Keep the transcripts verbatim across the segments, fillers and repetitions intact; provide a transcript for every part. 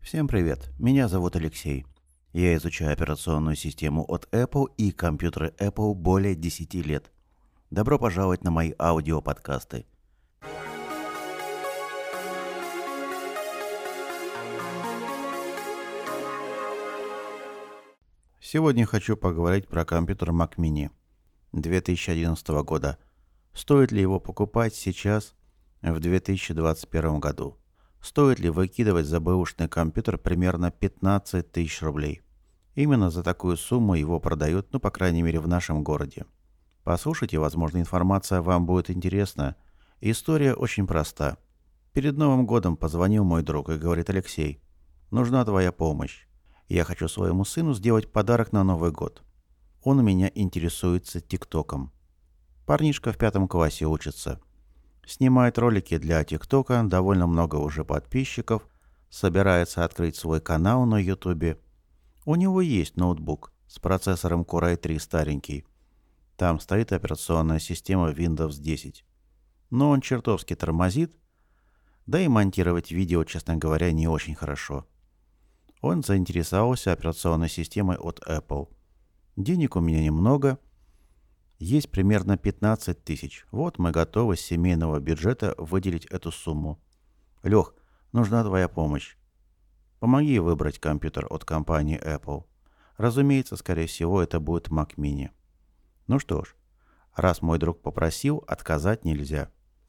Всем привет, меня зовут Алексей. Я изучаю операционную систему от Apple и компьютеры Apple более десяти лет. Добро пожаловать на мои аудиоподкасты. Сегодня хочу поговорить про компьютер Mac Mini две тысячи одиннадцатого года. Стоит ли его покупать сейчас, в две тысячи двадцать первом году? Стоит ли выкидывать за бэушный компьютер примерно пятнадцать тысяч рублей? Именно за такую сумму его продают, ну, по крайней мере, в нашем городе. Послушайте, возможно, информация вам будет интересна. История очень проста. Перед Новым годом позвонил мой друг и говорит: «Алексей, нужна твоя помощь. Я хочу своему сыну сделать подарок на Новый год. Он у меня интересуется ТикТоком. Парнишка в пятом классе учится. Снимает ролики для ТикТока, довольно много уже подписчиков, собирается открыть свой канал на Ютубе. У него есть ноутбук с процессором Core ай три старенький. Там стоит операционная система Windows десять. Но он чертовски тормозит, да и монтировать видео, честно говоря, не очень хорошо. Он заинтересовался операционной системой от Apple. Денег у меня немного. Есть примерно пятнадцать тысяч. Вот мы готовы с семейного бюджета выделить эту сумму. Лех, нужна твоя помощь. Помоги выбрать компьютер от компании Apple. Разумеется, скорее всего, это будет Mac Mini. Ну что ж, раз мой друг попросил, отказать нельзя.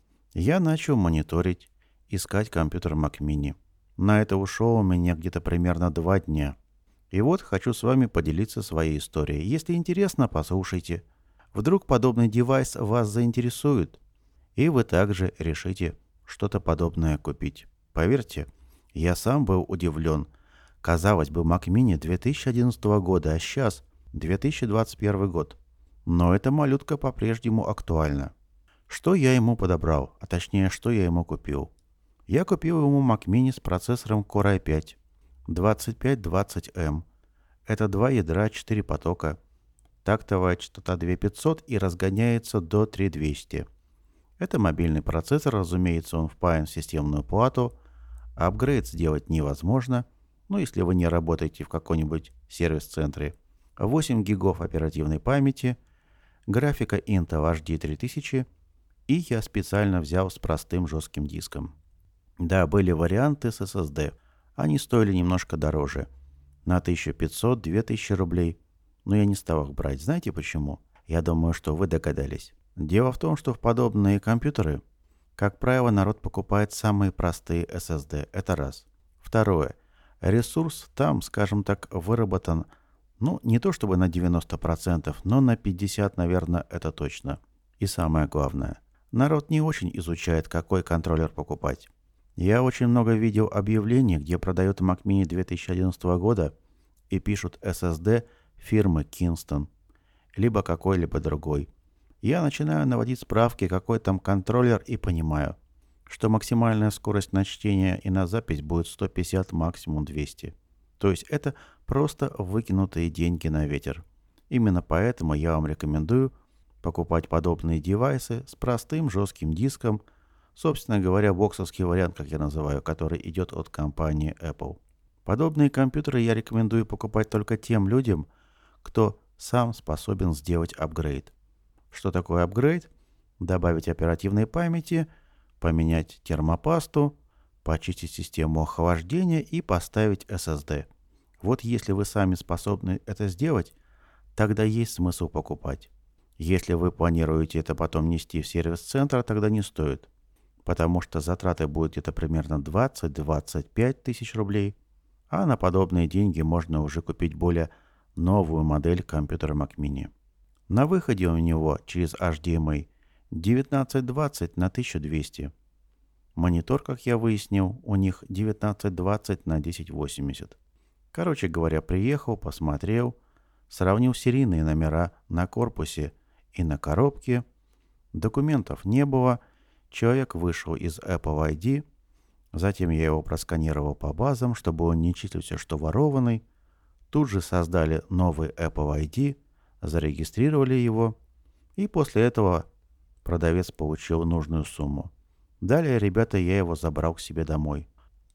Я начал мониторить, искать компьютер Mac Mini. На это ушло у меня где-то примерно два дня. И вот хочу с вами поделиться своей историей. Если интересно, послушайте. Вдруг подобный девайс вас заинтересует, и вы также решите что-то подобное купить. Поверьте, я сам был удивлен. Казалось бы, Mac Mini две тысячи одиннадцатого года, а сейчас две тысячи двадцать первый год. Но эта малютка по-прежнему актуальна. Что я ему подобрал, а точнее, что я ему купил? Я купил ему Mac Mini с процессором Core ай пять двадцать пять двадцать эм. Это два ядра, четыре потока. Тактовая частота две тысячи пятьсот и разгоняется до три тысячи двести. Это мобильный процессор, разумеется, он впаян в системную плату. Апгрейд сделать невозможно, ну если вы не работаете в каком-нибудь сервис-центре. восемь гигов оперативной памяти, графика Intel эйч ди три тысячи, и я специально взял с простым жестким диском. Да, были варианты с эс эс ди. Они стоили немножко дороже. На тысячу пятьсот - две тысячи рублей. Но я не стал их брать. Знаете почему? Я думаю, что вы догадались. Дело в том, что в подобные компьютеры, как правило, народ покупает самые простые эс эс ди. Это раз. Второе. Ресурс там, скажем так, выработан, ну, не то чтобы на девяносто процентов, но на пятьдесят процентов, наверное, это точно. И самое главное. Народ не очень изучает, какой контроллер покупать. Я очень много видел объявлений, где продают Mac Mini две тысячи одиннадцатого года и пишут эс эс ди фирмы Kingston, либо какой-либо другой. Я начинаю наводить справки, какой там контроллер, и понимаю, что максимальная скорость на чтение и на запись будет сто пятьдесят, максимум двести. То есть это просто выкинутые деньги на ветер. Именно поэтому я вам рекомендую покупать подобные девайсы с простым жестким диском, собственно говоря, боксовский вариант, как я называю, который идет от компании Apple. Подобные компьютеры я рекомендую покупать только тем людям, кто сам способен сделать апгрейд. Что такое апгрейд? Добавить оперативной памяти, поменять термопасту, почистить систему охлаждения и поставить эс эс ди. Вот если вы сами способны это сделать, тогда есть смысл покупать. Если вы планируете это потом нести в сервис-центр, тогда не стоит, потому что затраты будут где-то примерно двадцать - двадцать пять тысяч рублей, а на подобные деньги можно уже купить более новую модель компьютера Mac Mini. На выходе у него через эйч ди эм ай девятнадцать двадцать на тысячу двести. Монитор, как я выяснил, у них девятнадцать двадцать на тысяча восемьдесят. Короче говоря, приехал, посмотрел, сравнил серийные номера на корпусе и на коробке. Документов не было. Человек вышел из Apple ай ди. Затем я его просканировал по базам, чтобы он не числился, что ворованный. Тут же создали новый Apple ай ди, зарегистрировали его, и после этого продавец получил нужную сумму. Далее, ребята, я его забрал к себе домой.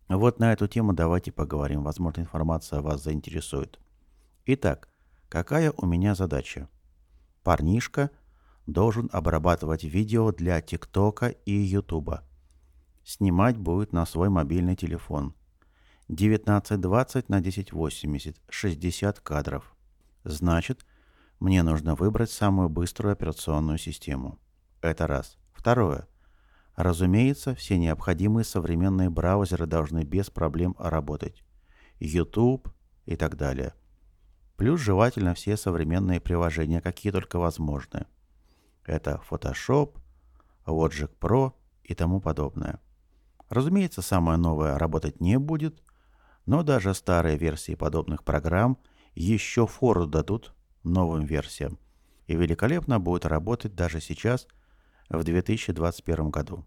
Вот на эту тему давайте поговорим. Возможно, информация вас заинтересует. Итак, какая у меня задача? Парнишка должен обрабатывать видео для ТикТока и Ютуба. Снимать будет на свой мобильный телефон. девятнадцать двадцать на тысяча восемьдесят, шестьдесят кадров. Значит, мне нужно выбрать самую быструю операционную систему. Это раз. Второе. Разумеется, все необходимые современные браузеры должны без проблем работать. YouTube и так далее. Плюс желательно все современные приложения, какие только возможны. Это Photoshop, Logic Pro и тому подобное. Разумеется, самое новое работать не будет, но даже старые версии подобных программ еще фору дадут новым версиям и великолепно будет работать даже сейчас, в две тысячи двадцать первом году.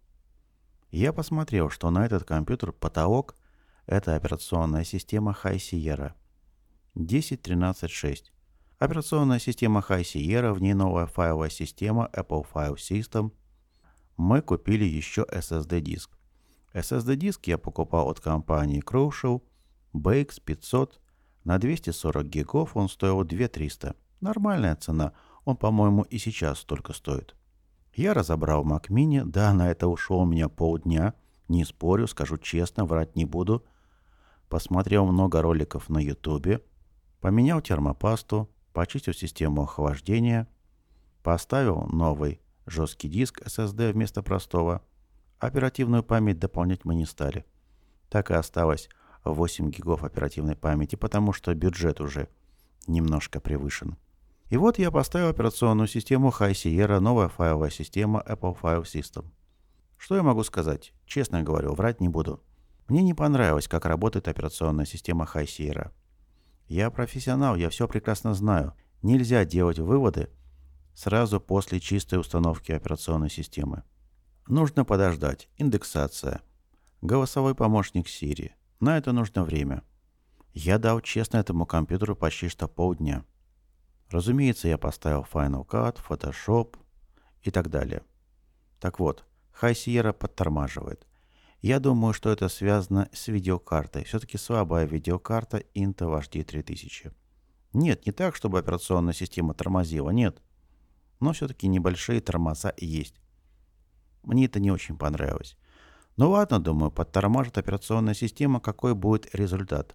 Я посмотрел, что на этот компьютер потолок – это операционная система High Sierra десять тринадцать шесть. Операционная система High Sierra, в ней новая файловая система Apple File System. Мы купили еще эс эс ди-диск. эс эс ди-диск я покупал от компании Crucial, би икс пятьсот. На двести сорок гигов он стоил две тысячи триста. Нормальная цена, он, по-моему, и сейчас столько стоит. Я разобрал Mac Mini, да, на это ушло у меня полдня, не спорю, скажу честно, врать не буду. Посмотрел много роликов на YouTube, поменял термопасту, почистил систему охлаждения, поставил новый жесткий диск эс эс ди вместо простого. Оперативную память дополнять мы не стали. Так и осталось восемь гигов оперативной памяти, потому что бюджет уже немножко превышен. И вот я поставил операционную систему High Sierra, новая файловая система Apple File System. Что я могу сказать? Честно говорю, врать не буду. Мне не понравилось, как работает операционная система High Sierra. Я профессионал, я все прекрасно знаю. Нельзя делать выводы сразу после чистой установки операционной системы. Нужно подождать. Индексация. Голосовой помощник Siri. На это нужно время. Я дал честно этому компьютеру почти что полдня. Разумеется, я поставил Final Cut, Photoshop и так далее. Так вот, High Sierra подтормаживает. Я думаю, что это связано с видеокартой. Все-таки слабая видеокарта Intel эйч ди три тысячи. Нет, не так, чтобы операционная система тормозила, нет. Но все-таки небольшие тормоза есть. Мне это не очень понравилось. Ну ладно, думаю, подтормажит операционная система, какой будет результат.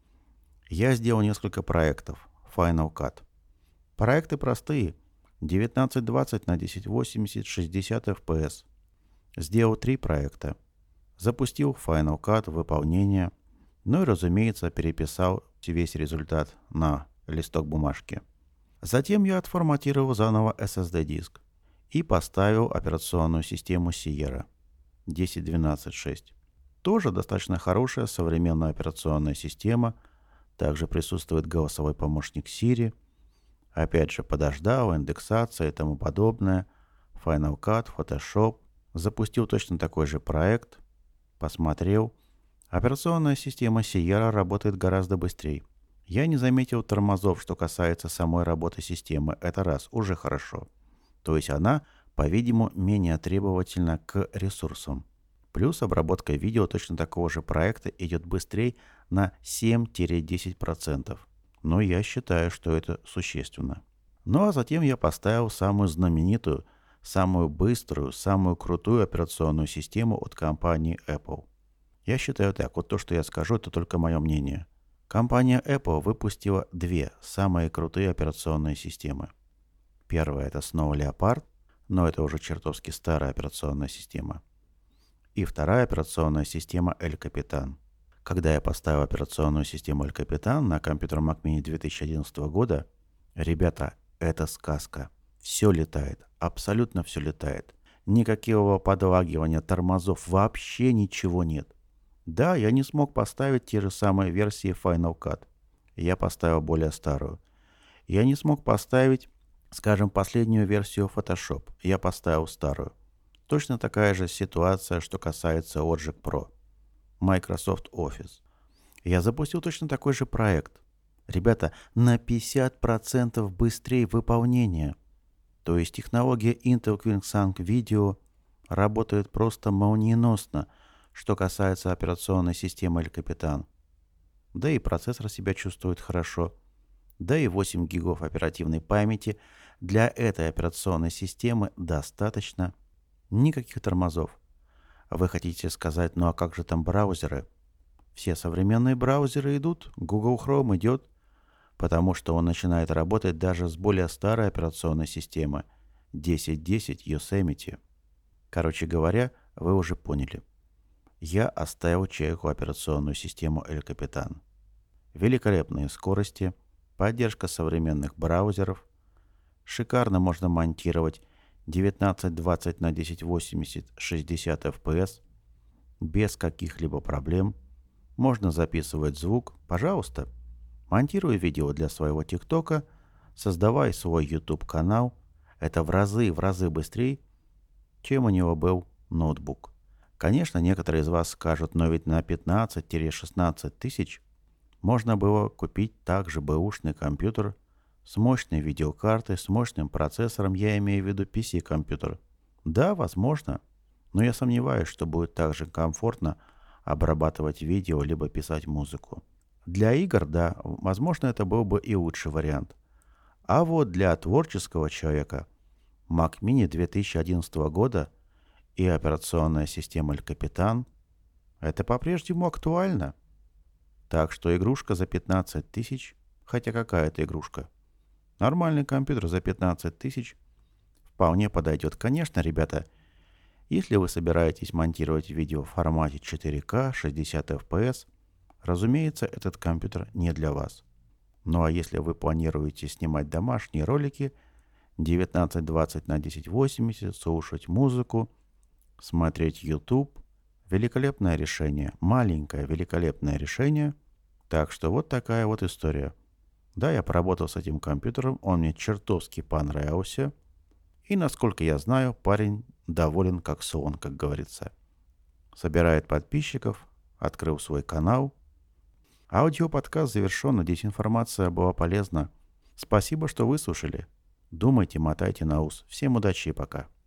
Я сделал несколько проектов. Final Cut. Проекты простые. девятнадцать двадцать на тысяча восемьдесят, шестьдесят эф пи эс. Сделал три проекта. Запустил Final Cut в выполнение. Ну и, разумеется, переписал весь результат на листок бумажки. Затем я отформатировал заново эс эс ди-диск и поставил операционную систему Sierra десять двенадцать шесть. Тоже достаточно хорошая современная операционная система. Также присутствует голосовой помощник Siri. Опять же, подождал, индексация и тому подобное. Final Cut, Photoshop. Запустил точно такой же проект. Посмотрел. Операционная система Sierra работает гораздо быстрее. Я не заметил тормозов, что касается самой работы системы. Это раз, уже хорошо. То есть она, по-видимому, менее требовательна к ресурсам. Плюс обработка видео точно такого же проекта идет быстрее на семь-десять процентов. Но я считаю, что это существенно. Ну а затем я поставил самую знаменитую, самую быструю, самую крутую операционную систему от компании Apple. Я считаю так, вот то, что я скажу, это только мое мнение. Компания Apple выпустила две самые крутые операционные системы. Первая — это Snow Leopard, но это уже чертовски старая операционная система. И вторая операционная система El Capitan. Когда я поставил операционную систему El Capitan на компьютер Mac Mini две тысячи одиннадцатого года, ребята, это сказка. Все летает, абсолютно все летает. Никакого подлагивания, тормозов, вообще ничего нет. Да, я не смог поставить те же самые версии Final Cut. Я поставил более старую. Я не смог поставить, скажем, последнюю версию Photoshop. Я поставил старую. Точно такая же ситуация, что касается Logic Pro. Microsoft Office. Я запустил точно такой же проект. Ребята, на пятьдесят процентов быстрее выполнение. То есть технология Intel QuickSync Video работает просто молниеносно. что касается операционной системы El Capitan. Да и процессор себя чувствует хорошо. Да и восемь гигов оперативной памяти для этой операционной системы достаточно. Никаких тормозов. Вы хотите сказать, ну а как же там браузеры? Все современные браузеры идут, Google Chrome идет, потому что он начинает работать даже с более старой операционной системы десять десять Yosemite. Короче говоря, вы уже поняли. Я оставил человеку операционную систему El Capitan. Великолепные скорости, поддержка современных браузеров. Шикарно можно монтировать девятнадцать двадцать на тысяча восемьдесят шестьдесят эф пи эс без каких-либо проблем. Можно записывать звук. Пожалуйста, монтируй видео для своего ТикТока, создавай свой YouTube-канал. Это в разы, в разы быстрее, чем у него был ноутбук. Конечно, некоторые из вас скажут, но ведь на пятнадцать-шестнадцать тысяч можно было купить также бэушный компьютер с мощной видеокартой, с мощным процессором, я имею в виду пи си-компьютер. Да, возможно, но я сомневаюсь, что будет так же комфортно обрабатывать видео, либо писать музыку. Для игр, да, возможно, это был бы и лучший вариант. А вот для творческого человека Mac Mini две тысячи одиннадцатого года и операционная система El Capitan — это по-прежнему актуально. Так что игрушка за пятнадцать тысяч, хотя какая это игрушка? Нормальный компьютер за пятнадцать тысяч вполне подойдет. Конечно, ребята, если вы собираетесь монтировать видео в формате четыре ка, шестьдесят эф пи эс, разумеется, этот компьютер не для вас. Ну а если вы планируете снимать домашние ролики девятнадцать двадцать на тысяча восемьдесят, слушать музыку, смотреть YouTube, великолепное решение, маленькое великолепное решение. Так что вот такая вот история. Да, я поработал с этим компьютером, он мне чертовски понравился. И, насколько я знаю, парень доволен как слон, как говорится. Собирает подписчиков, открыл свой канал. Аудиоподкаст завершен, надеюсь, информация была полезна. Спасибо, что выслушали. Думайте, мотайте на ус. Всем удачи и пока.